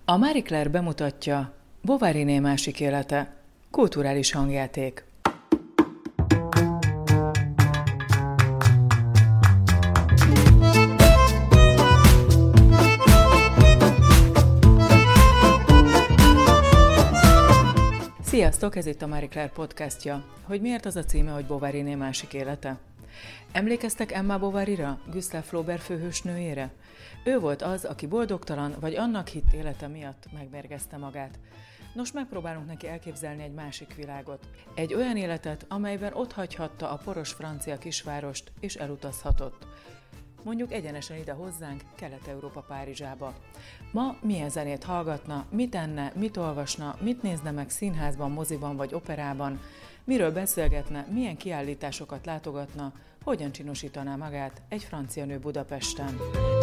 A Marie Claire bemutatja Bovary-né másik élete, kulturális hangjáték. Sziasztok, ez itt a Marie Claire podcastja. Hogy miért az a címe, hogy Bovary-né másik élete? Emlékeztek Emma Bovary-ra, Gustave Flaubert főhősnőjére? Ő volt az, aki boldogtalan vagy annak hitt élete miatt megmérgezte magát. Nos, megpróbálunk neki elképzelni egy másik világot. Egy olyan életet, amelyben otthagyhatta a poros francia kisvárost és elutazhatott. Mondjuk egyenesen ide hozzánk, Kelet-Európa Párizsába. Ma milyen zenét hallgatna, mit enne, mit olvasna, mit nézne meg színházban, moziban vagy operában, miről beszélgetne, milyen kiállításokat látogatna, hogyan csinosítaná magát egy francia nő Budapesten.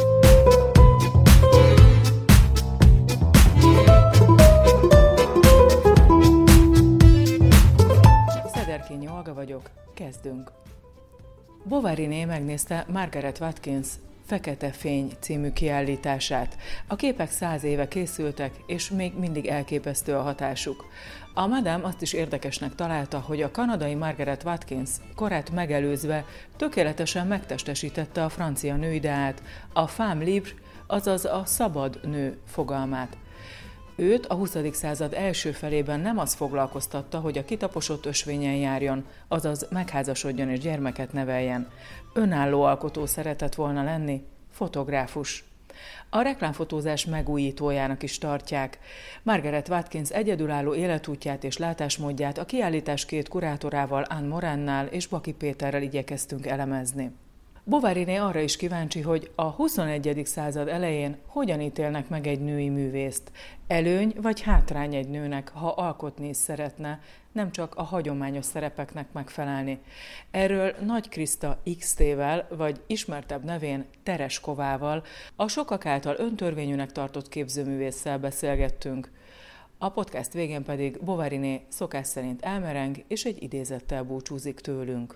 Szederkényi Olga vagyok, kezdünk! Bovary-né megnézte Margaret Watkins Fekete Fény című kiállítását. A képek 100 éve készültek, és még mindig elképesztő a hatásuk. A Madame azt is érdekesnek találta, hogy a kanadai Margaret Watkins korát megelőzve tökéletesen megtestesítette a francia nőideát, a femme libre, azaz a szabad nő fogalmát. Őt a 20. század első felében nem az foglalkoztatta, hogy a kitaposott ösvényen járjon, azaz megházasodjon és gyermeket neveljen. Önálló alkotó szeretett volna lenni, fotográfus. A reklámfotózás megújítójának is tartják. Margaret Watkins egyedülálló életútját és látásmódját a kiállítás két kurátorával, Anne Morannal és Baki Péterrel igyekeztünk elemezni. Bovary-né arra is kíváncsi, hogy a 21. század elején hogyan ítélnek meg egy női művészt. Előny vagy hátrány egy nőnek, ha alkotni is szeretne, nem csak a hagyományos szerepeknek megfelelni. Erről Nagy Kriszta XT-vel, vagy ismertebb nevén Tereskovával, a sokak által öntörvényűnek tartott képzőművésszel beszélgettünk. A podcast végén pedig Bovary-né szokás szerint elmereng, és egy idézettel búcsúzik tőlünk.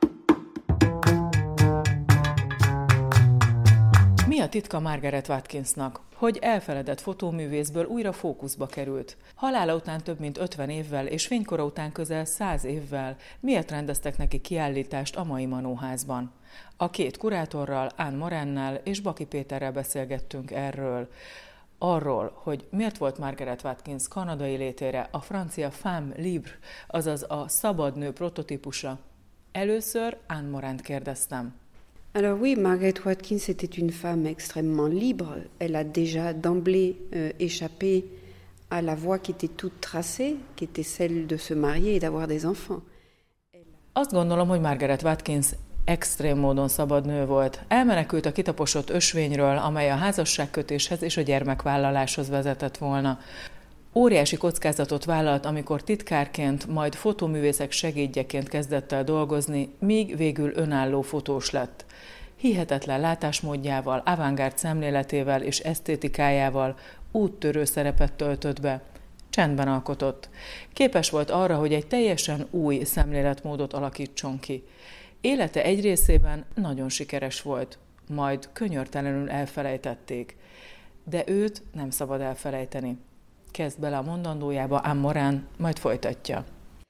Mi a titka Margaret Watkinsnak, hogy elfeledett fotóművészből újra fókuszba került? Halála után több mint 50 évvel és fénykora után közel 100 évvel miért rendeztek neki kiállítást a mai Manóházban? A két kurátorral, Anne Morannal és Baki Péterrel beszélgettünk erről. Arról, hogy miért volt Margaret Watkins kanadai létére a francia femme libre, azaz a szabad nő prototípusa. Először Anne Morant kérdeztem. Alors oui, Margaret Watkins était une femme extrêmement libre. Elle a déjà d'emblée échappé à la voie qui était toute tracée, qui était celle de se marier et d'avoir des enfants. Azt gondolom, hogy Margaret Watkins extrém módon szabad nő volt. Elmenekült a kitaposott ösvényről, amely a házasságkötéshez és a gyermekvállaláshoz vezetett volna. Óriási kockázatot vállalt, amikor titkárként, majd fotóművészek segédjeként kezdett el dolgozni, míg végül önálló fotós lett. Hihetetlen látásmódjával, avantgárd szemléletével és esztétikájával úttörő szerepet töltött be. Csendben alkotott. Képes volt arra, hogy egy teljesen új szemléletmódot alakítson ki. Élete egy részében nagyon sikeres volt, majd könyörtelenül elfelejtették. De őt nem szabad elfelejteni. Kezd bele a mondandójába Anne Morand, majd folytatja.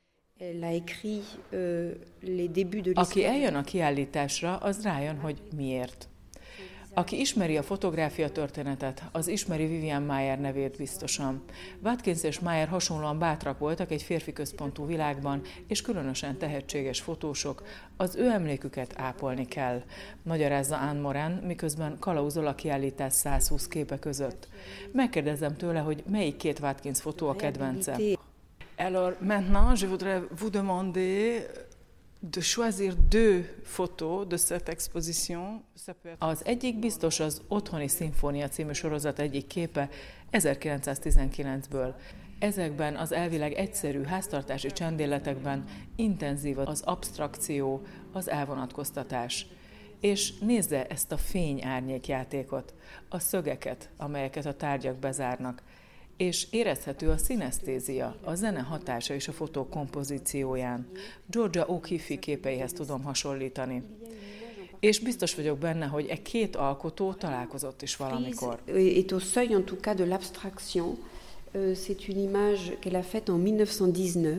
Aki eljön a kiállításra, az rájön, hogy miért. Aki ismeri a fotográfia történetet, az ismeri Vivian Maier nevét biztosan. Watkins és Maier hasonlóan bátrak voltak egy férfi központú világban, és különösen tehetséges fotósok, az ő emléküket ápolni kell, magyarázza Anne Morand, miközben kalauzol a kiállítás 120 képe között. Megkérdezem tőle, hogy melyik két Watkins fotó a kedvence. Alors maintenant, je voudrais vous demander de choisir deux photos de cette exposition. Az egyik biztos az Otthoni Szimfónia című sorozat egyik képe 1919-ből. Ezekben az elvileg egyszerű háztartási csendéletekben intenzív az absztrakció, az elvonatkoztatás. És nézze ezt a fény-árnyék játékot, a szögeket, amelyeket a tárgyak bezárnak, és érezhető a szinesztézia, a zene hatása és a fotó kompozícióján. Georgia O'Keeffe képeihez tudom hasonlítani. És biztos vagyok benne, hogy e két alkotó találkozott is valamikor. Est au seuil en tout cas de l'abstraction. C'est une image qu'elle a faite en 1919.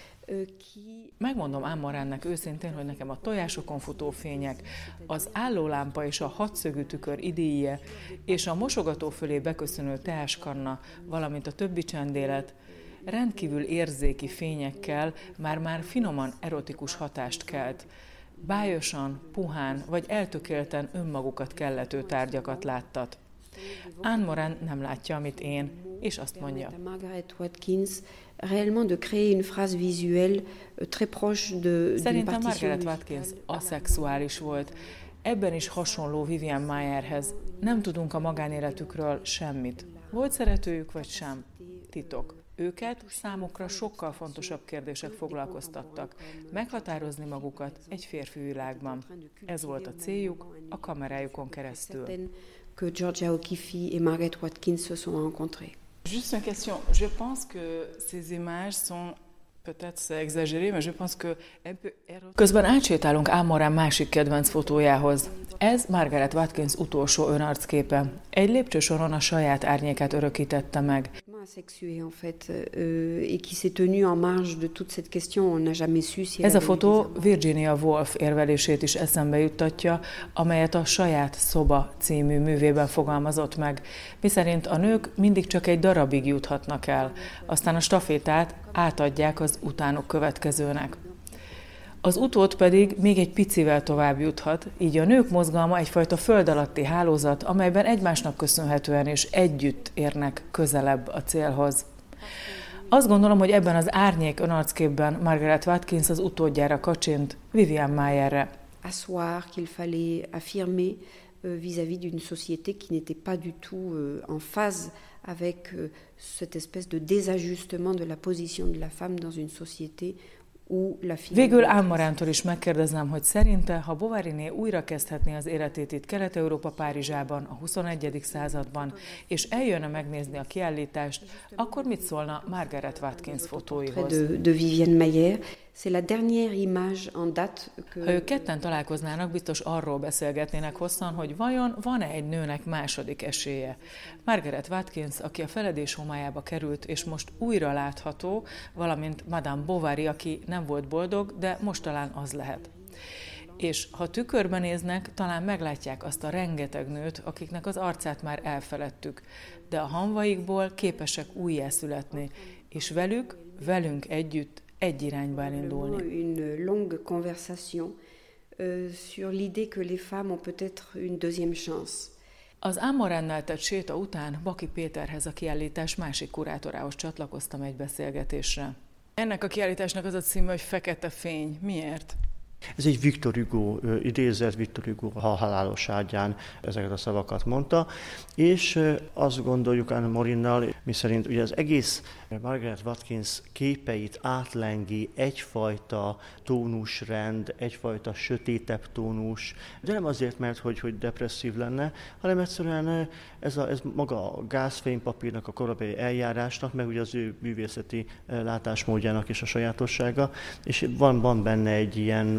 Megmondom Anne Morannek őszintén, hogy nekem a tojásokon futó fények, az állólámpa és a hatszögű tükör idéje, és a mosogató fölé beköszönő teáskanna, valamint a többi csendélet rendkívül érzéki fényekkel már finoman erotikus hatást kelt. Bályosan, puhán vagy eltökélten önmagukat kellető tárgyakat láttat. Anne Moran nem látja, amit én, és azt mondja. Margaret Watkins réellement de créer une phrase visuelle très proche de. Szerintem Margaret Watkins aszexuális volt. Ebben is hasonló Vivian Mayerhez. Nem tudunk a magánéletükről semmit. Volt szeretőjük vagy sem? Titok. Őket számukra sokkal fontosabb kérdések foglalkoztattak. Meghatározni magukat egy férfi világban. Ez volt a céljuk a kamerájukon keresztül. Que Georgia O'Keeffe et Margaret Watkins se sont rencontrés. Juste une question. Je pense que ces images sont peut-être c'est exagéré, mais je pense que un peu érotique. Közben átsétálunk Anne Moran másik kedvenc fotójához. Ez Margaret Watkins utolsó önarcképe. Egy lépcsősoron a saját árnyékát örökítette meg. Asexuée en fait et qui s'est tenue en marge de toute cette question, on n'a jamais su si ez a fotó Virginia Woolf érvelését is eszembe juttatja, amelyet a Saját szoba című művében fogalmazott meg, miszerint a nők mindig csak egy darabig juthatnak el, aztán a stafétát átadják az utánuk következőnek. Az utód pedig még egy picivel tovább juthat, így a nők mozgalma egyfajta föld alatti hálózat, amelyben egymásnak köszönhetően és együtt érnek közelebb a célhoz. Azt gondolom, hogy ebben az árnyék önarcképben Margaret Watkins az utódjára kacsint, Vivian Mayerre. Asseoir qu'il fallait affirmer vis-à-vis d'une société qui n'était pas du tout en phase avec cette espèce de désajustement de la position de la femme dans une société. Végül Anne Morántól is megkérdezem, hogy szerinte, ha Bovaryné újra kezdhetné az életét itt Kelet-Európa Párizsában a 21. században, és eljönne megnézni a kiállítást, akkor mit szólna Margaret Watkins fotóihoz? De Vivienne Mayer. C'est la dernière image en date que... Ha ők ketten találkoznának, biztos arról beszélgetnének hosszan, hogy vajon van-e egy nőnek második esélye. Margaret Watkins, aki a feledés homályába került, és most újra látható, valamint Madame Bovary, aki nem volt boldog, de most talán az lehet. És ha tükörben néznek, talán meglátják azt a rengeteg nőt, akiknek az arcát már elfeledtük, de a hamvaikból képesek újjászületni, és velünk együtt egy irányba elindulni. Une longue conversation sur l'idée que les femmes ont peut-être une deuxième chance. Az Anne Morannál tett séta után Baki Péterhez, a kiállítás másik kurátorához csatlakoztam egy beszélgetésre. Ennek a kiállításnak az a címe, hogy Fekete fény. Miért? Ez egy Victor Hugo idézet, Victor Hugo a halálos ágyán ezeket a szavakat mondta, és azt gondoljuk Anne Morinnal, miszerint ugye az egész Margaret Watkins képeit átlengi egyfajta tónusrend, egyfajta sötétebb tónus, de nem azért, mert hogy depresszív lenne, hanem egyszerűen ez maga a gázfénypapírnak, a korabeli eljárásnak, meg ugye az ő művészeti látásmódjának is a sajátossága, és van benne egy ilyen,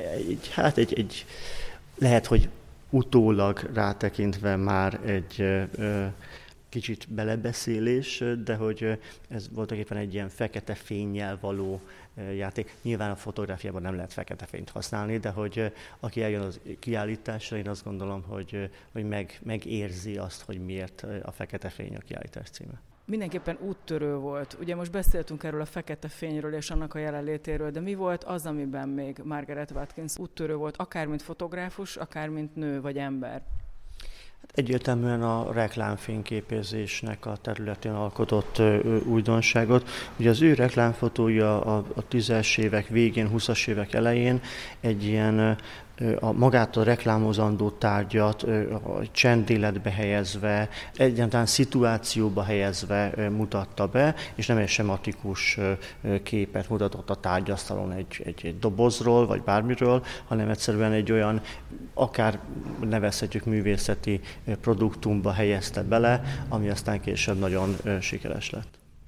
lehet, hogy utólag rátekintve már egy kicsit belebeszélés, de hogy ez voltaképpen egy ilyen fekete fénnyel való játék. Nyilván a fotográfiában nem lehet fekete fényt használni, de hogy aki eljön az kiállításra, én azt gondolom, hogy megérzi azt, hogy miért a fekete fény a kiállítás címe. Mindenképpen úttörő volt. Ugye most beszéltünk erről a fekete fényről és annak a jelenlétéről, de mi volt az, amiben még Margaret Watkins úttörő volt, akár mint fotográfus, akár mint nő vagy ember? Egyértelműen a reklámfényképezésnek a területén alkotott újdonságot. Ugye az ő reklámfotója a 10-es évek végén, 20-as évek elején egy ilyen magát a reklámozandó tárgyat a csendéletbe helyezve, egyáltalán szituációba helyezve mutatta be, és nem egy sematikus képet mutatott a tárgyasztalon egy dobozról, vagy bármiről, hanem egyszerűen egy olyan, akár nevezhetjük művészeti produktumba helyezte bele, ami aztán később nagyon sikeres lett.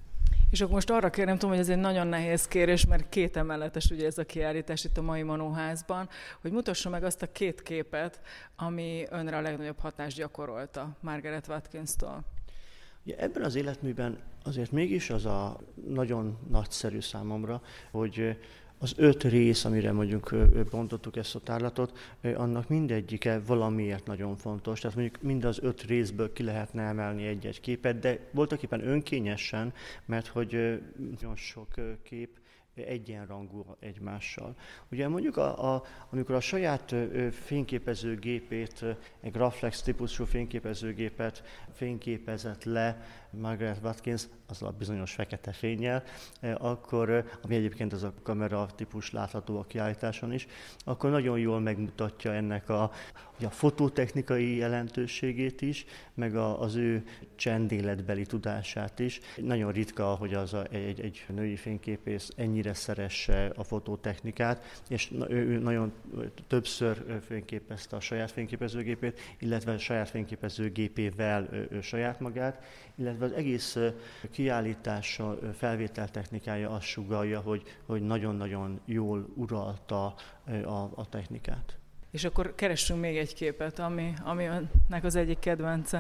És akkor most arra kérem, tudom, hogy ez egy nagyon nehéz kérés, mert 2 emeletes ugye ez a kiállítás itt a Mai Manóházban, hogy mutassa meg azt a 2 képet, ami önre a legnagyobb hatást gyakorolta Margaret Watkins-tól. Ja, ebben az életműben azért mégis az a nagyon nagyszerű számomra, hogy az 5 rész, amire mondjuk bontottuk ezt a tárlatot, annak mindegyike valamiért nagyon fontos. Tehát mondjuk mind az 5 részből ki lehetne emelni egy-egy képet, de voltaképpen önkényesen, mert hogy nagyon sok kép egyenrangú egymással. Ugye mondjuk amikor a saját fényképezőgépét, egy Graflex típusú fényképezőgépet fényképezett le Margaret Watkins, azzal a bizonyos fekete fénnyel, akkor, ami egyébként az a kamera típus látható a kiállításon is, akkor nagyon jól megmutatja ennek a fototechnikai jelentőségét is, meg az ő csendéletbeli tudását is. Nagyon ritka, hogy egy női fényképész ennyire szeresse a fototechnikát, és ő nagyon többször fényképezte a saját fényképezőgépét, illetve a saját fényképezőgépével saját magát, illetve az egész kiállítása, felvételtechnikája azt sugallja, hogy nagyon-nagyon jól uralta a technikát. És akkor keressünk még egy képet, ami önnek az egyik kedvence.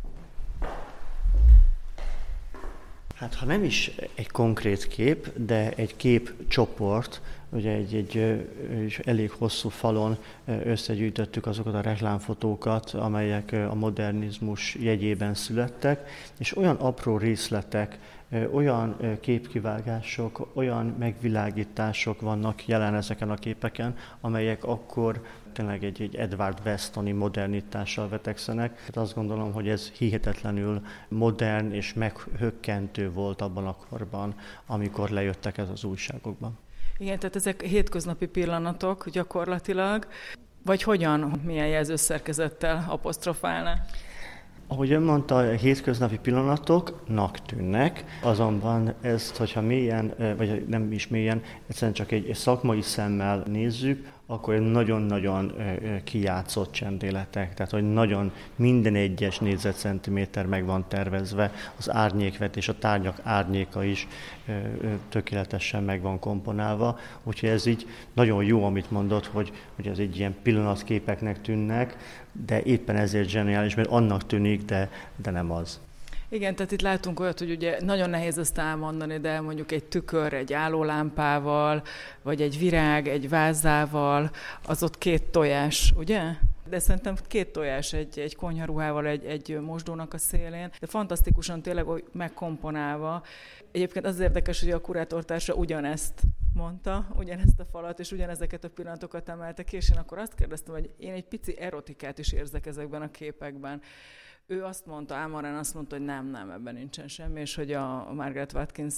Hát ha nem is egy konkrét kép, de egy képcsoport, ugye egy elég hosszú falon összegyűjtöttük azokat a reklámfotókat, amelyek a modernizmus jegyében születtek, és olyan apró részletek, olyan képkivágások, olyan megvilágítások vannak jelen ezeken a képeken, amelyek akkor tényleg egy Edward Westoni modernitással vetekszenek. Hát azt gondolom, hogy ez hihetetlenül modern és meghökkentő volt abban a korban, amikor lejöttek ez az újságokban. Igen, tehát ezek hétköznapi pillanatok gyakorlatilag, vagy milyen jelzőszerkezettel apostrofálná? Ahogy ön mondta, hétköznapi pillanatoknak tűnnek, azonban ezt, hogyha mélyen, vagy nem is mélyen, egyszerűen csak egy szakmai szemmel nézzük, akkor nagyon-nagyon kijátszott csendéletek, tehát hogy nagyon minden egyes négyzetcentiméter meg van tervezve, az árnyékvetés, a tárgyak árnyéka is tökéletesen meg van komponálva, úgyhogy ez így nagyon jó, amit mondott, hogy ez egy ilyen pillanatképeknek tűnnek, de éppen ezért zseniális, mert annak tűnik, de nem az. Igen, tehát itt látunk olyat, hogy ugye nagyon nehéz ezt elmondani, de mondjuk egy tükör, egy állólámpával, vagy egy virág, egy vázával, az ott 2 tojás, ugye? De szerintem 2 tojás egy konyharuhával, egy mosdónak a szélén, de fantasztikusan tényleg megkomponálva. Egyébként az érdekes, hogy a kurátortársa ugyanezt mondta, ugyanezt a falat, és ugyanezeket a pillanatokat emelte ki, és én akkor azt kérdeztem, hogy én egy pici erotikát is érzek ezekben a képekben. Ő azt mondta, Ámarán azt mondta, hogy nem, ebben nincsen semmi, és hogy a Margaret Watkins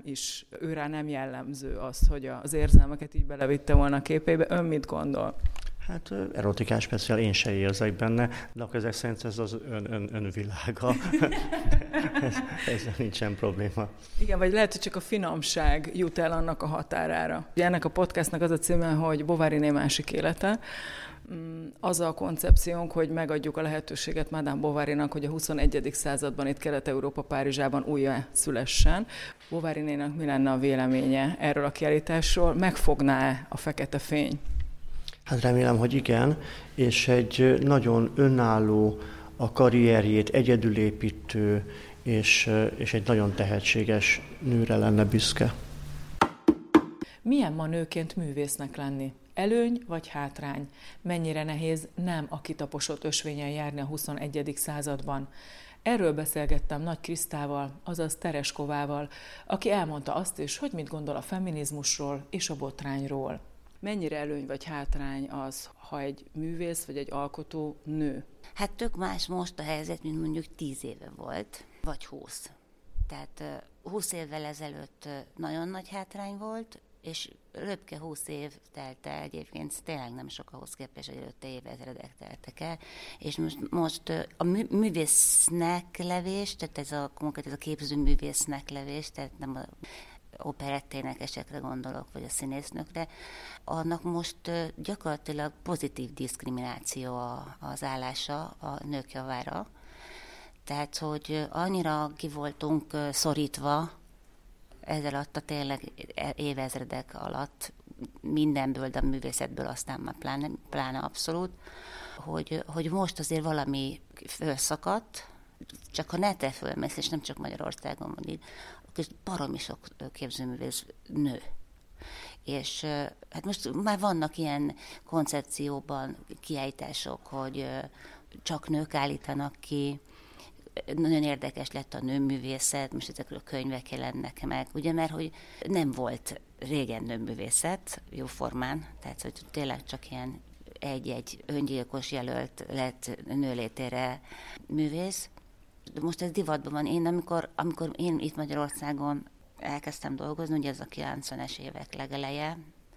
őrá nem jellemző az, hogy az érzelmeket így belevitte volna a képébe. Ön mit gondol? Hát erotikás speciál én se érzek benne, de akkor ezek szerint ez az önvilága. Ezzel nincsen probléma. Igen, vagy lehet, hogy csak a finomság jut el annak a határára. Ugye ennek a podcastnak az a címe, hogy Bovaryné másik élete. Az a koncepciónk, hogy megadjuk a lehetőséget Madame Bovarynak, hogy a 21. században itt Kelet-Európa Párizsában újra szülessen. Bovarynénak mi lenne a véleménye erről a kiállításról? Megfogná-e a fekete fény? Hát remélem, hogy igen, és egy nagyon önálló, a karrierjét egyedülépítő, és egy nagyon tehetséges nőre lenne büszke. Milyen ma nőként művésznek lenni? Előny vagy hátrány? Mennyire nehéz nem a kitaposott ösvényen járni a 21. században? Erről beszélgettem Nagy Krisztával, azaz Tereskovával, aki elmondta azt is, hogy mit gondol a feminizmusról és a botrányról. Mennyire előny vagy hátrány az, ha egy művész vagy egy alkotó nő? Hát tök más most a helyzet, mint mondjuk 10 éve volt, vagy 20. Tehát 20 évvel ezelőtt nagyon nagy hátrány volt, és röpke 20 év telt el, egyébként tényleg nem sok ahhoz képest, hogy előtte évezredek teltek el, és most a művésznek levés, tehát ez a képző művésznek levés, tehát nem a operetténekesekre gondolok, vagy a színésznökre, annak most gyakorlatilag pozitív diszkrimináció az állása a nők javára. Tehát, hogy annyira ki voltunk szorítva ez alatt a tényleg évezredek alatt mindenből, de a művészetből aztán már pláne abszolút, hogy most azért valami felszakadt, csak ha ne te fölmész, és nem csak Magyarországon van így, akkor baromi sok képzőművész nő. És hát most már vannak ilyen koncepcióban kiállítások, hogy csak nők állítanak ki. Nagyon érdekes lett a nőművészet, most ezekről a könyvek jelennek meg, ugye, mert hogy nem volt régen nőművészet jóformán, tehát hogy tényleg csak ilyen egy-egy öngyilkos jelölt lett nőlétére művész. De most ez divatban van. Én amikor én itt Magyarországon elkezdtem dolgozni, ugye ez a 90-es évek legeleje,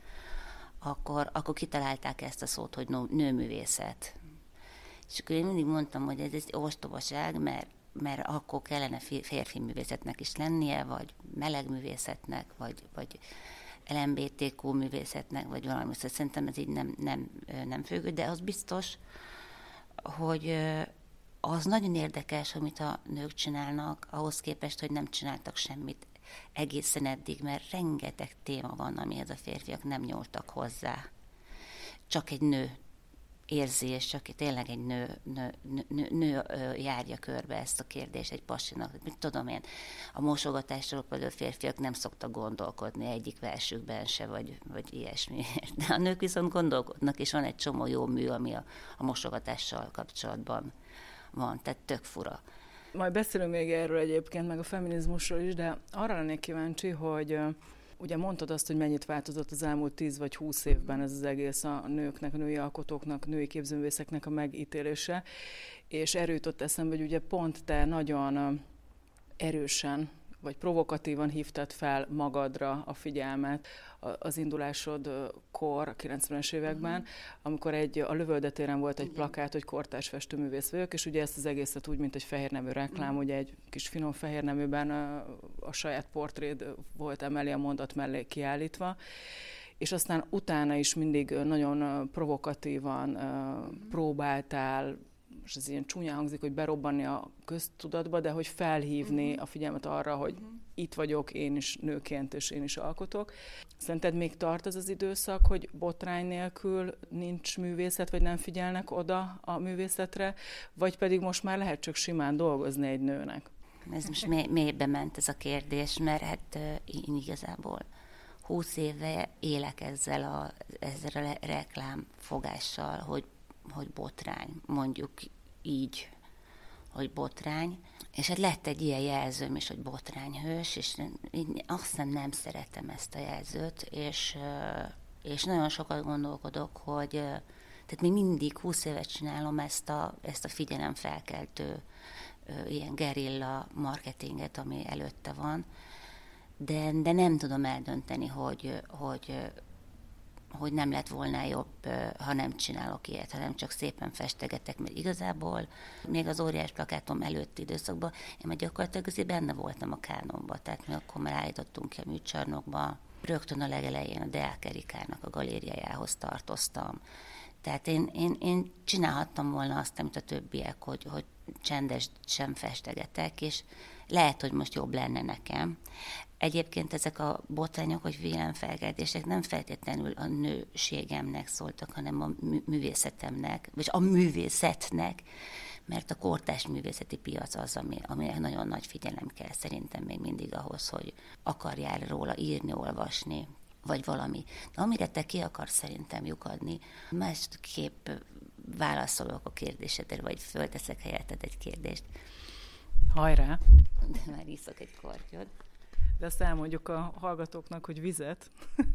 akkor kitalálták ezt a szót, hogy nőművészet. És akkor én mindig mondtam, hogy ez egy ostobaság, mert akkor kellene férfi művészetnek is lennie, vagy meleg művészetnek, vagy LMBTQ művészetnek, vagy valami. Szóval szerintem ez így nem függő, de az biztos, hogy az nagyon érdekes, amit a nők csinálnak, ahhoz képest, hogy nem csináltak semmit egészen eddig, mert rengeteg téma van, amihez a férfiak nem nyúltak hozzá. Csak egy nő érzi, és csak tényleg egy nő járja körbe ezt a kérdést egy pasinak. Mit tudom én, a mosogatásról például férfiak nem szoktak gondolkodni egyik versükben se, vagy ilyesmi. De a nők viszont gondolkodnak, és van egy csomó jó mű, ami a mosogatással kapcsolatban van, tehát tök fura. Majd beszélünk még erről egyébként, meg a feminizmusról is, de arra lennék kíváncsi, hogy ugye mondtad azt, hogy mennyit változott az elmúlt 10 vagy 20 évben ez az egész a nőknek, a női alkotóknak, női képzőművészeknek a megítélése, és erről jutott eszembe, hogy ugye pont te nagyon erősen vagy provokatívan hívtad fel magadra a figyelmet az indulásodkor, a 90-es években, amikor a Lövöldetéren volt egy plakát, hogy kortárs festőművész vagyok, és ugye ezt az egészet úgy, mint egy fehérnemű reklám, ugye egy kis finom fehérneműben a saját portréd volt emellé a mondat mellé kiállítva, és aztán utána is mindig nagyon provokatívan próbáltál, és ez ilyen csúnyán hangzik, hogy berobbanni a köztudatba, de hogy felhívni a figyelmet arra, hogy itt vagyok én is nőként, és én is alkotok. Szerinted még tart az időszak, hogy botrány nélkül nincs művészet, vagy nem figyelnek oda a művészetre, vagy pedig most már lehet csak simán dolgozni egy nőnek? Ez most mélybe ment ez a kérdés, mert hát én igazából 20 éve élek ezzel a reklámfogással, hogy botrány, mondjuk így, hogy botrány. És hát lett egy ilyen jelzőm is, hogy botrányhős, és én azt hiszem nem szeretem ezt a jelzőt, és nagyon sokat gondolkodok, hogy tehát még mindig 20 évet csinálom ezt a figyelemfelkeltő ilyen gerilla marketinget, ami előtte van, de nem tudom eldönteni, hogy nem lett volna jobb, ha nem csinálok ilyet, hanem csak szépen festegetek, mert igazából még az óriás plakátom előtti időszakban én már gyakorlatilag azért benne voltam a kánonban, tehát mi akkor már állítottunk ki a műcsarnokba, rögtön a legelején a Deák Erikának a galériájához tartoztam. Tehát én csinálhattam volna azt, amit a többiek, hogy csendesen festegetek, és lehet, hogy most jobb lenne nekem. Egyébként ezek a botrányok, vagy vélemfelkeltések nem feltétlenül a nőségemnek szóltak, hanem a művészetemnek, vagy a művészetnek, mert a kortárs művészeti piac az, amire nagyon nagy figyelem kell szerintem még mindig ahhoz, hogy akarjál róla írni, olvasni, vagy valami. De amire te ki akarsz szerintem lyukadni, másképp válaszolok a kérdésedre, vagy fölteszek helyetted egy kérdést. Hajrá! De már iszok egy kortyot. De azt elmondjuk a hallgatóknak, hogy vizet.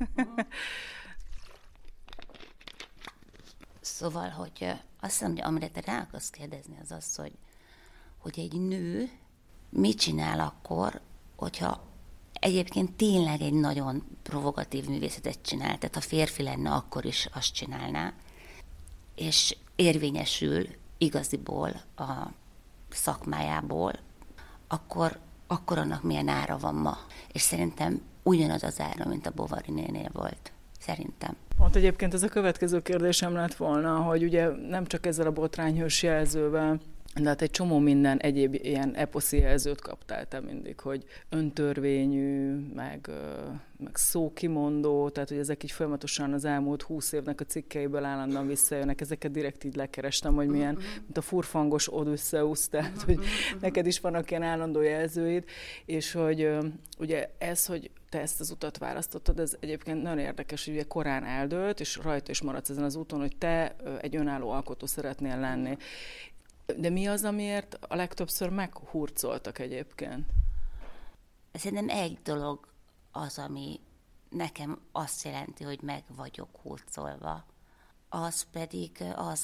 Szóval, hogy azt hiszem, hogy amire te rá akarsz kérdezni, az az, hogy egy nő mit csinál akkor, hogyha egyébként tényleg egy nagyon provokatív művészetet csinál, tehát ha férfi lenne, akkor is azt csinálná, és érvényesül igaziból a szakmájából, akkor annak milyen ára van ma. És szerintem ugyanaz az ára, mint a Bovary nénél volt. Szerintem. Pont egyébként ez a következő kérdésem lett volna, hogy ugye nem csak ezzel a botrányhős jelzővel De hát egy csomó minden egyéb ilyen eposzi jelzőt kaptál te mindig, hogy öntörvényű, meg szókimondó, tehát hogy ezek így folyamatosan az elmúlt 20 évnek a cikkeiből állandóan visszajönnek, ezeket direkt így lekerestem, hogy milyen, mint a furfangos Odüsszeusz, tehát hogy neked is vannak ilyen állandó jelzőid, és hogy ugye ez, hogy te ezt az utat választottad, ez egyébként nagyon érdekes, hogy ugye korán eldőlt, és rajta is maradsz ezen az úton, hogy te egy önálló alkotó szeretnél lenni. De mi az, amiért a legtöbbször meghurcoltak egyébként? Szerintem egy dolog az, ami nekem azt jelenti, hogy meg vagyok hurcolva. Az pedig az,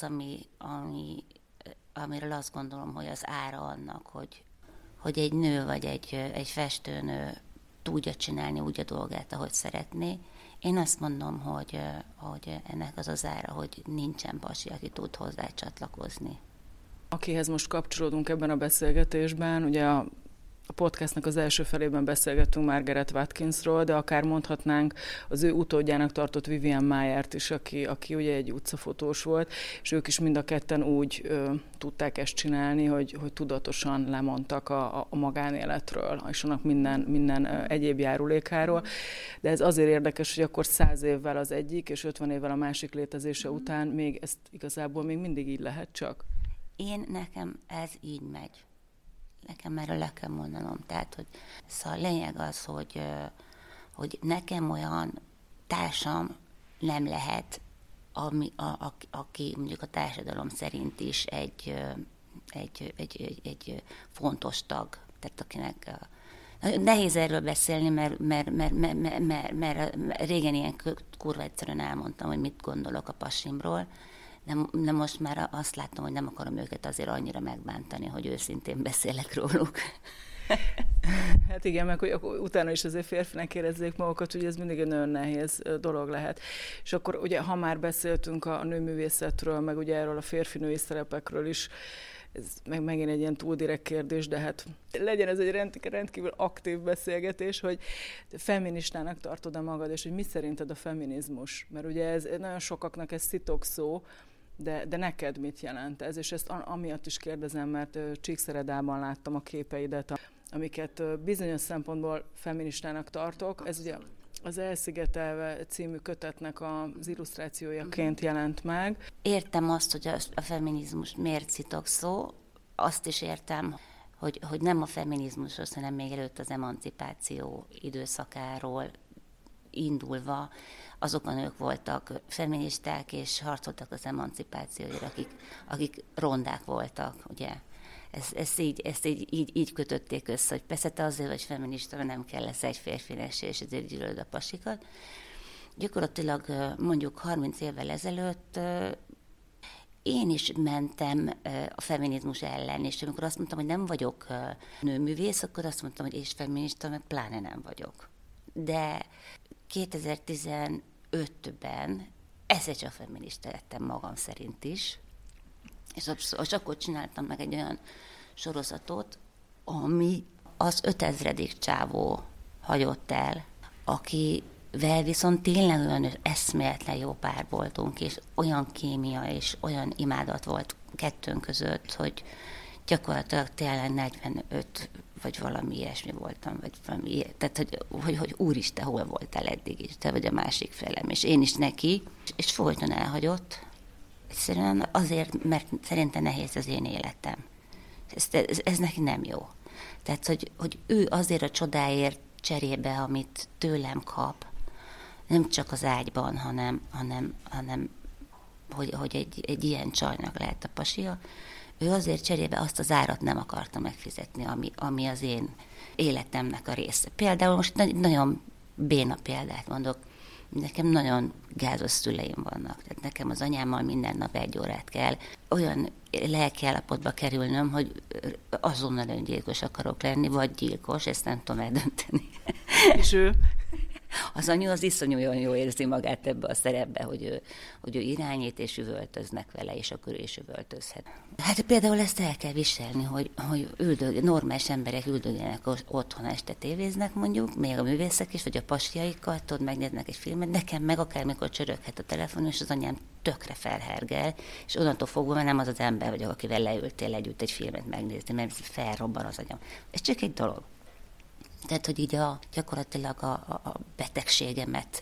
amiről azt gondolom, hogy az ára annak, hogy egy nő vagy egy festőnő tudja csinálni úgy a dolgát, ahogy szeretné. Én azt mondom, hogy ennek az ára, hogy nincsen pasi, aki tud hozzá csatlakozni. Akihez most kapcsolódunk ebben a beszélgetésben, ugye a podcastnak az első felében beszélgettünk Margaret Watkinsról, de akár mondhatnánk az ő utódjának tartott Vivian Mayert is, aki ugye egy utcafotós volt, és ők is mind a ketten úgy tudták ezt csinálni, hogy tudatosan lemondtak a magánéletről, és annak minden egyéb járulékáról. De ez azért érdekes, hogy akkor 100 évvel az egyik, és 50 évvel a másik létezése után még ezt igazából még mindig így lehet csak? Nekem ez így megy. Nekem erről le kell mondanom. Tehát, hogy szóval a lényeg az, hogy nekem olyan társam nem lehet, aki mondjuk a társadalom szerint is egy fontos tag. Tehát akinek nehéz erről beszélni, mert régen ilyen kurva egyszerűen elmondtam, hogy mit gondolok a pasimról. De most már azt látom, hogy nem akarom őket azért annyira megbántani, hogy őszintén beszélek róluk. Hát igen, meg hogy utána is azért férfinek érezzék magukat, hogy ez mindig egy nagyon nehéz dolog lehet. És akkor ugye, ha már beszéltünk a nőművészetről, meg ugye erről a férfi-női szerepekről is, ez megint egy ilyen túl direkt kérdés, de hát legyen ez egy rendkívül aktív beszélgetés, hogy feministának tartod-e magad, és hogy mi szerinted a feminizmus? Mert ugye ez nagyon sokaknak ez szitokszó, de neked mit jelent ez? És ezt amiatt is kérdezem, mert Csíkszeredában láttam a képeidet, amiket bizonyos szempontból feministának tartok. Ez ugye az Elszigetelve című kötetnek az illusztrációjaként jelent meg. Értem azt, hogy a feminizmus miért szitokszó, azt is értem, hogy nem a feminizmushoz, hanem még előtt az emancipáció időszakáról indulva azok a nők voltak feministák, és harcoltak az emancipációért, akik rondák voltak, ugye. Ezt így kötötték össze, hogy persze te azért vagy feminista, mert nem kell lesz egy férfinek, és ezért gyűlöd a pasikat. Gyakorlatilag mondjuk 30 évvel ezelőtt én is mentem a feminizmus ellen, és amikor azt mondtam, hogy nem vagyok nőművész, akkor azt mondtam, hogy és feminista, meg pláne nem vagyok. De 2015-ben ezzel csak feminista lettem magam szerint is, és akkor csináltam meg egy olyan sorozatot, ami az 5000. csávó hagyott el, akivel viszont tényleg olyan eszméletlen jó pár voltunk, és olyan kémia és olyan imádat volt kettőnk között, hogy gyakorlatilag tényleg 45 vagy valami ilyesmi voltam, vagy valami, tehát hogy úristen, hol voltál eddig is, te vagy a másik felem, és én is neki, és folyton elhagyott, egyszerűen azért, mert szerintem nehéz az én életem. Ez neki nem jó. Tehát, hogy ő azért a csodáért cserébe, amit tőlem kap, nem csak az ágyban, hanem hogy egy ilyen csajnak lehet a pasia, ő azért cserébe azt az árat nem akarta megfizetni, ami az én életemnek a része. Például most nagyon béna példát mondok, nekem nagyon gázos szüleim vannak. Tehát nekem az anyámmal minden nap 1 órát kell. Olyan lelkiállapotba kerülnöm, hogy azonnal öngyilkos akarok lenni, vagy gyilkos, ezt nem tudom eldönteni. És ő? Az anyu az iszonyúan jól érzi magát ebbe a szerepbe, hogy ő irányít, és üvöltöznek vele, és akkor ő is üvöltözhet. Hát például ezt el kell viselni, hogy normális emberek üldögélnek otthon, este tévéznek mondjuk, még a művészek is, vagy a pasjaikkal, tudod, megnéznek egy filmet, nekem meg akármikor csöröghet a telefon, és az anyám tökre felhergel, és onnantól fogva már nem az az ember vagyok, akivel leültél együtt egy filmet megnézni, mert felrobban az agyam. Ez csak egy dolog. Tehát, hogy így gyakorlatilag a betegségemet,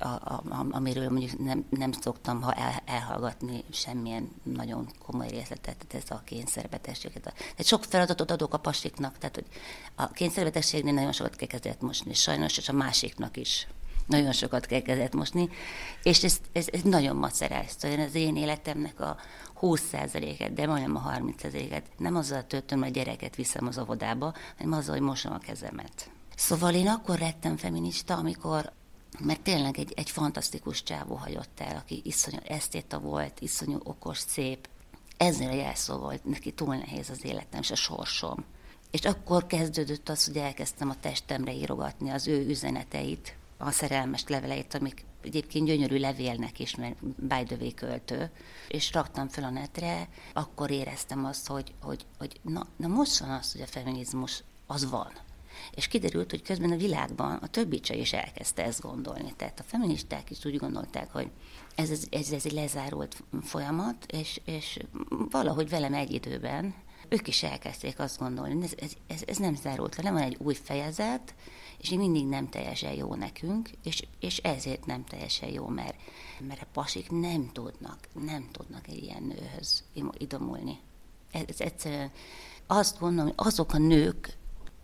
amiről mondjuk nem szoktam elhallgatni semmilyen nagyon komoly részletet, tehát ez a kényszerbetegséget. Tehát sok feladatot adok a pasiknak, tehát hogy a kényszerbetegségnél nagyon sokat kell kezdett mosni, sajnos, és a másiknak is nagyon sokat kell kezdett mosni, és ez nagyon macerás. Szóval az én életemnek a 20%-et, de majdnem a 30%-et nem azzal töltöm, hogy a gyereket viszem az óvodába, hanem azzal, hogy mosom a kezemet. Szóval én akkor lettem feminista, mert tényleg egy fantasztikus csávó hagyott el, aki iszonyú esztéta volt, iszonyú okos, szép. Ezzel a jelszó volt neki túl nehéz az életem, és a sorsom. És akkor kezdődött az, hogy elkezdtem a testemre írogatni az ő üzeneteit, a szerelmes leveleit, amik egyébként gyönyörű levélnek is, mert by the way költő, és raktam fel a netre, akkor éreztem azt, hogy na most van az, hogy a feminizmus az van. És kiderült, hogy közben a világban a többi csaj is elkezdte ezt gondolni. Tehát a feministák is úgy gondolták, hogy ez egy lezárult folyamat, és valahogy velem egy időben ők is elkezdték azt gondolni, ez nem zárult le, nem van egy új fejezet, és még mindig nem teljesen jó nekünk, és ezért nem teljesen jó, mert a pasik nem tudnak egy ilyen nőhöz idomulni. Ez egyszerűen azt gondolom, hogy azok a nők,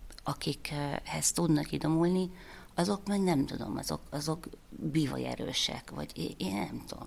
akikhez tudnak idomulni, azok meg nem tudom, azok bivajerősek, vagy én nem tudom,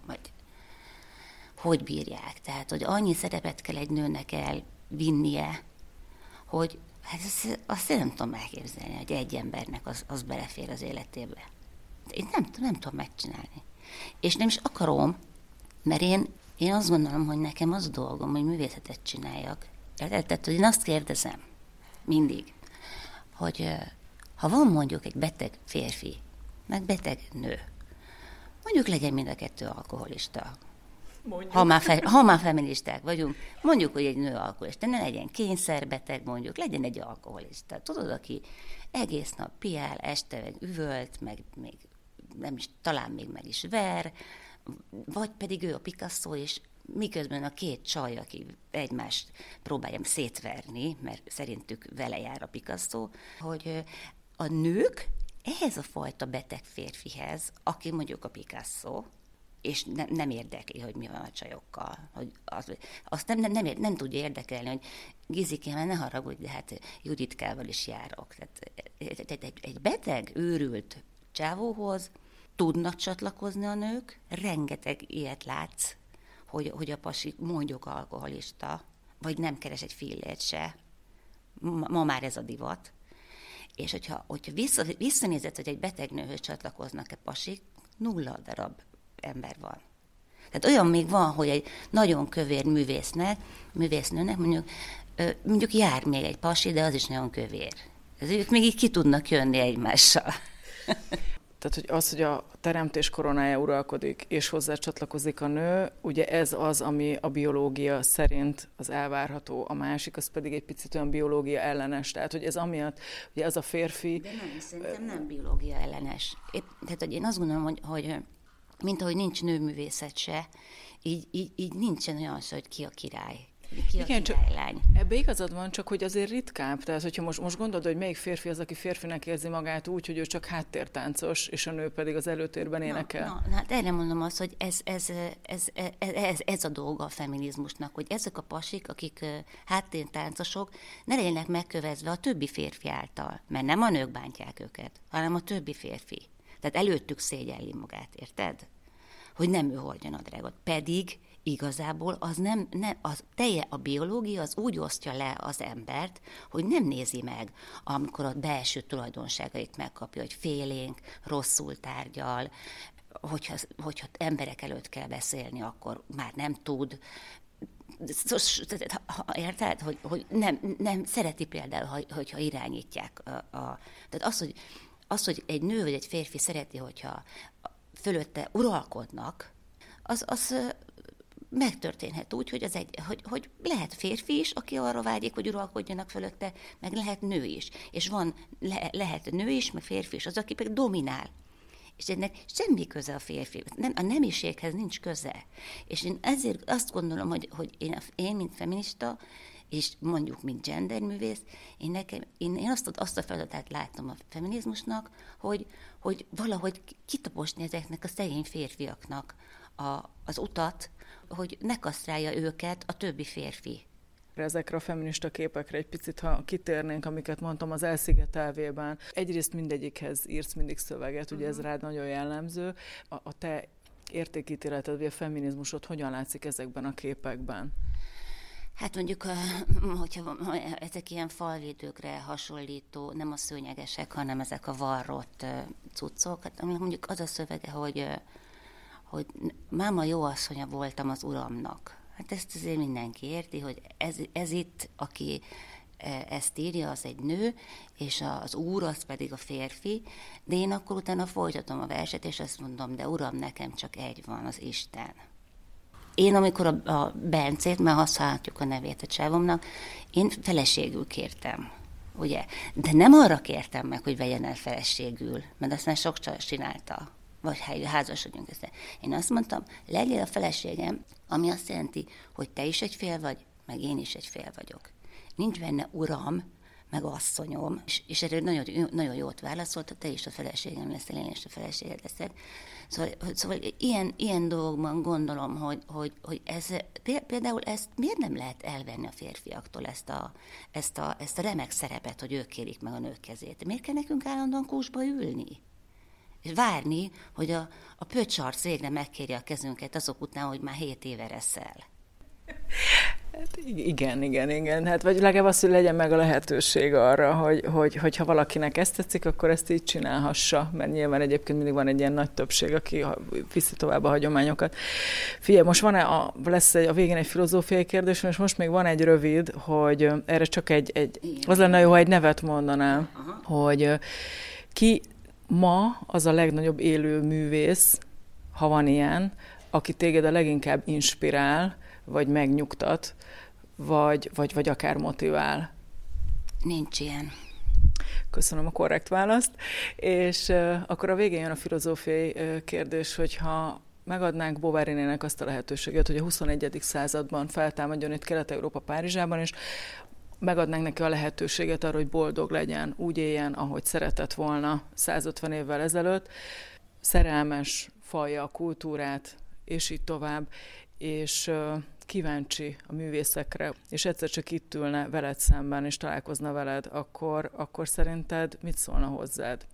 hogy bírják. Tehát, hogy annyi szerepet kell egy nőnek elvinnie, hogy hát azt nem tudom elképzelni, hogy egy embernek az belefér az életébe. Én nem tudom megcsinálni. És nem is akarom, mert én azt gondolom, hogy nekem az a dolgom, hogy művészetet csináljak. Tehát, hogy én azt kérdezem mindig, hogy ha van mondjuk egy beteg férfi, meg beteg nő, mondjuk legyen mind a kettő alkoholista. Ha már feministák vagyunk, mondjuk, hogy egy nő alkoholista, ne legyen kényszerbeteg, mondjuk, legyen egy alkoholista. Tudod, aki egész nap piál, este meg üvölt, meg még nem is, talán még meg is ver, vagy pedig ő a Picasso, és miközben a két csaj, aki egymást próbálja szétverni, mert szerintük vele jár a Picasso, hogy a nők ehhez a fajta beteg férfihez, aki mondjuk a Picasso, és nem érdekli, hogy mi van a csajokkal. Hogy azt nem tudja érdekelni, hogy Gizikém, ne haragudj, de hát Juditkával is járok. Tehát egy beteg, őrült csávóhoz tudnak csatlakozni a nők, rengeteg ilyet látsz, hogy a pasi mondjuk alkoholista, vagy nem keres egy fillért se. Ma már ez a divat. És hogyha visszanézed, hogy egy beteg nőhöz csatlakoznak-e pasik, 0 darab ember van. Tehát olyan még van, hogy egy nagyon kövér művésznőnek mondjuk jár még egy pasi, de az is nagyon kövér. Ők még így ki tudnak jönni egymással. Tehát, hogy az, hogy a teremtés koronája uralkodik, és hozzá csatlakozik a nő, ugye ez az, ami a biológia szerint az elvárható, a másik, az pedig egy picit olyan biológia ellenes. Tehát, hogy ez amiatt, ugye az a férfi... De nem, szerintem nem biológia ellenes. Tehát, hogy én azt gondolom, hogy mint ahogy nincs nőművészet se, így nincsen olyan, hogy ki a király. Igen, csak ebbe igazad van, csak hogy azért ritkább. Tehát, hogyha most gondolod, hogy melyik férfi az, aki férfinek érzi magát úgy, hogy ő csak háttértáncos, és a nő pedig az előtérben énekel. Na, hát erre mondom azt, hogy ez a dolga a feminizmusnak, hogy ezek a pasik, akik háttértáncosok, ne legyenek megkövezve a többi férfi által, mert nem a nők bántják őket, hanem a többi férfi. Tehát előttük szégyelli magát, érted? Hogy nem ő hordja a nadrágot. Pedig igazából az nem a biológia az úgy osztja le az embert, hogy nem nézi meg, amikor a belső tulajdonságait megkapja, hogy félénk, rosszul tárgyal, hogyha emberek előtt kell beszélni, akkor már nem tud. Érted? Hogy nem szereti például, hogyha irányítják. Tehát az, hogy az, hogy egy nő vagy egy férfi szereti, hogyha fölötte uralkodnak, az megtörténhet úgy, hogy lehet férfi is, aki arra vágyik, hogy uralkodjanak fölötte, meg lehet nő is. És lehet nő is, meg férfi is, az, aki pedig dominál. És ennek semmi köze a férfi, a nemiséghez nincs köze. És én ezért azt gondolom, hogy én mint feminista, és mondjuk, mint genderművész, én azt a feladatát látom a feminizmusnak, hogy valahogy kitaposni ezeknek a szegény férfiaknak az utat, hogy ne kasztrálja őket a többi férfi. Ezekre a feminista képekre egy picit, ha kitérnénk, amiket mondtam az Elszigetelvében. Egyrészt mindegyikhez írsz mindig szöveget, ugye ez rád nagyon jellemző. A te értékítéleted, vagy a feminizmusod hogyan látszik ezekben a képekben? Hát mondjuk, hogyha ezek ilyen falvédőkre hasonlító, nem a szőnyegesek, hanem ezek a varrott cuccok, hát mondjuk az a szövege, hogy máma jó asszonya voltam az uramnak. Hát ezt azért mindenki érti, hogy ez itt, aki ezt írja, az egy nő, és az úr, az pedig a férfi, de én akkor utána folytatom a verset, és azt mondom, de uram, nekem csak egy van, az Isten. Én, amikor a Bencét, mert használhatjuk a nevét a csávomnak, én feleségül kértem, ugye? De nem arra kértem meg, hogy vegyen el feleségül, mert azt már sok csaj csinálta, vagy házasodjunk össze. Én azt mondtam, legyél a feleségem, ami azt jelenti, hogy te is egy fél vagy, meg én is egy fél vagyok. Nincs benne uram, meg asszonyom, és erről nagyon jót válaszolt, te is a feleségem leszel, én is a feleséged leszek. Szóval ilyen dolgokban gondolom, hogy például ezt miért nem lehet elvenni a férfiaktól, ezt a remek szerepet, hogy ők kérik meg a nők kezét. Miért kell nekünk állandóan kúsba ülni? És várni, hogy a pöcsarc végre megkérje a kezünket azok után, hogy már 7 éve reszel. Hát igen. Hát vagy legalább az, hogy legyen meg a lehetőség arra, hogy ha valakinek ezt tetszik, akkor ezt így csinálhassa, mert nyilván egyébként mindig van egy ilyen nagy többség, aki viszi tovább a hagyományokat. Figyelj, most lesz a végén egy filozófiai kérdés, és most még van egy rövid, hogy erre csak az lenne jó, ha egy nevet mondanám, hogy ki ma az a legnagyobb élő művész, ha van ilyen, aki téged a leginkább inspirál, vagy megnyugtat, vagy akár motivál? Nincs ilyen. Köszönöm a korrekt választ. És akkor a végén jön a filozófiai kérdés, hogyha megadnánk Bovary-nének azt a lehetőséget, hogy a 21. században feltámadjon itt Kelet-Európa Párizsában, és megadnánk neki a lehetőséget arra, hogy boldog legyen, úgy éljen, ahogy szeretett volna 150 évvel ezelőtt, szerelmes, falja a kultúrát, és így tovább, és kíváncsi a művészekre, és egyszer csak itt ülne veled szemben, és találkozna veled, akkor szerinted mit szólna hozzád?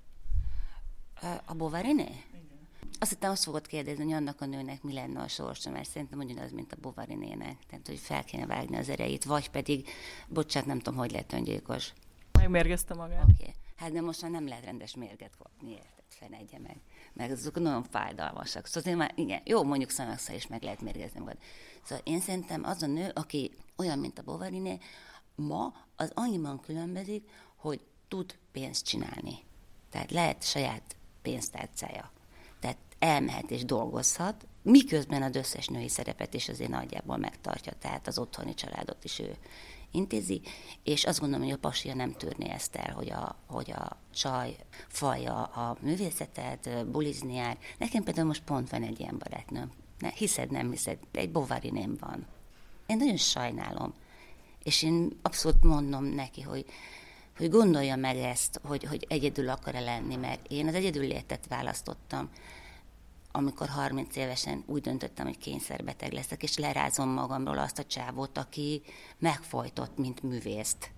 A Bovary-né? Azt hittem, azt fogod kérdezni, hogy annak a nőnek mi lenne a sorsa, mert szerintem ugyanaz, mint a Bovary-nének. Tehát, hogy fel kéne vágni az erejét, vagy pedig, bocsánat, nem tudom, hogy lett öngyilkos. Megmérgezte magát. Oké. Hát de most már nem lehet rendes mérget kapni, érted? Fenegye meg. Meg azok nagyon fájdalmasak. Szóval már, igen, jó, mondjuk szanakszal is meg lehet mérgezni magad. Szóval én szerintem az a nő, aki olyan, mint a Bovary-né, ma az annyiban különbözik, hogy tud pénzt csinálni. Tehát lehet saját pénztárcája. Tehát elmehet és dolgozhat, miközben az összes női szerepet is azért nagyjából megtartja, tehát az otthoni családot is ő intézi, és azt gondolom, hogy a pasia nem tűrné ezt el, hogy a csaj falja a művészetet, bulizni jár. Nekem például most pont van egy ilyen barátnőm. Hiszed, nem hiszed, egy Bovary-ném van. Én nagyon sajnálom, és én abszolút mondom neki, hogy gondolja meg ezt, hogy egyedül akar-e lenni, mert én az egyedül létet választottam, amikor 30 évesen úgy döntöttem, hogy kényszerbeteg leszek, és lerázom magamról azt a csávót, aki megfojtott, mint művészt.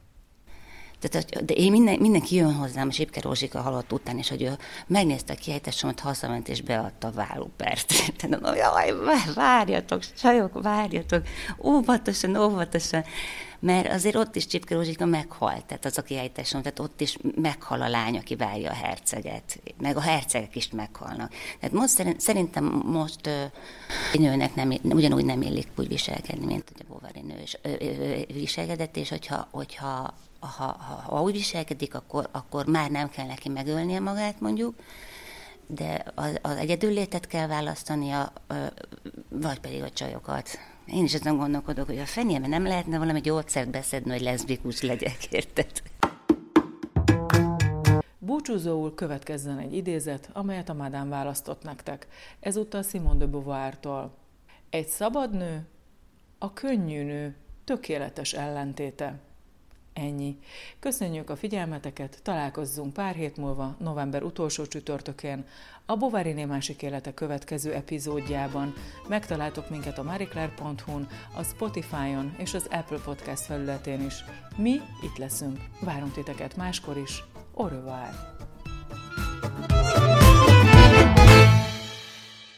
De én mindenki jön hozzám, a Sipke Rózsika halott után, és hogy ő megnézte a kiejtésemet, hazament, és beadta a vállópert. Jaj, várjatok, csajok, várjatok, óvatosan, mert azért ott is Sipke Rózsika meghalt, tehát az a kiejtésem, tehát ott is meghal a lány, aki várja a herceget, meg a hercegek is meghalnak. Tehát most szerintem most egy nőnek ugyanúgy nem illik úgy viselkedni, mint hogy a Bovary nő is viselkedett, és hogyha ha úgy viselkedik, akkor már nem kell neki megölnie magát mondjuk, de az egyedüllétet kell választania, vagy pedig a csajokat. Én is azon gondolkodok, hogy a fenyében nem lehetne valami gyógyszert beszedni, hogy leszbikus legyek, érted? Búcsúzóul következzen egy idézet, amelyet a Madame választott nektek. Ezúttal Simone de Beauvoir-tól. Egy szabad nő, a könnyű nő tökéletes ellentéte. Ennyi. Köszönjük a figyelmeteket, találkozzunk pár hét múlva, november utolsó csütörtökén, a Bovaryné másik élete következő epizódjában. Megtaláltok minket a marieclaire.hu-n, a Spotify-on és az Apple Podcast felületén is. Mi itt leszünk. Várunk titeket máskor is. Au revoir!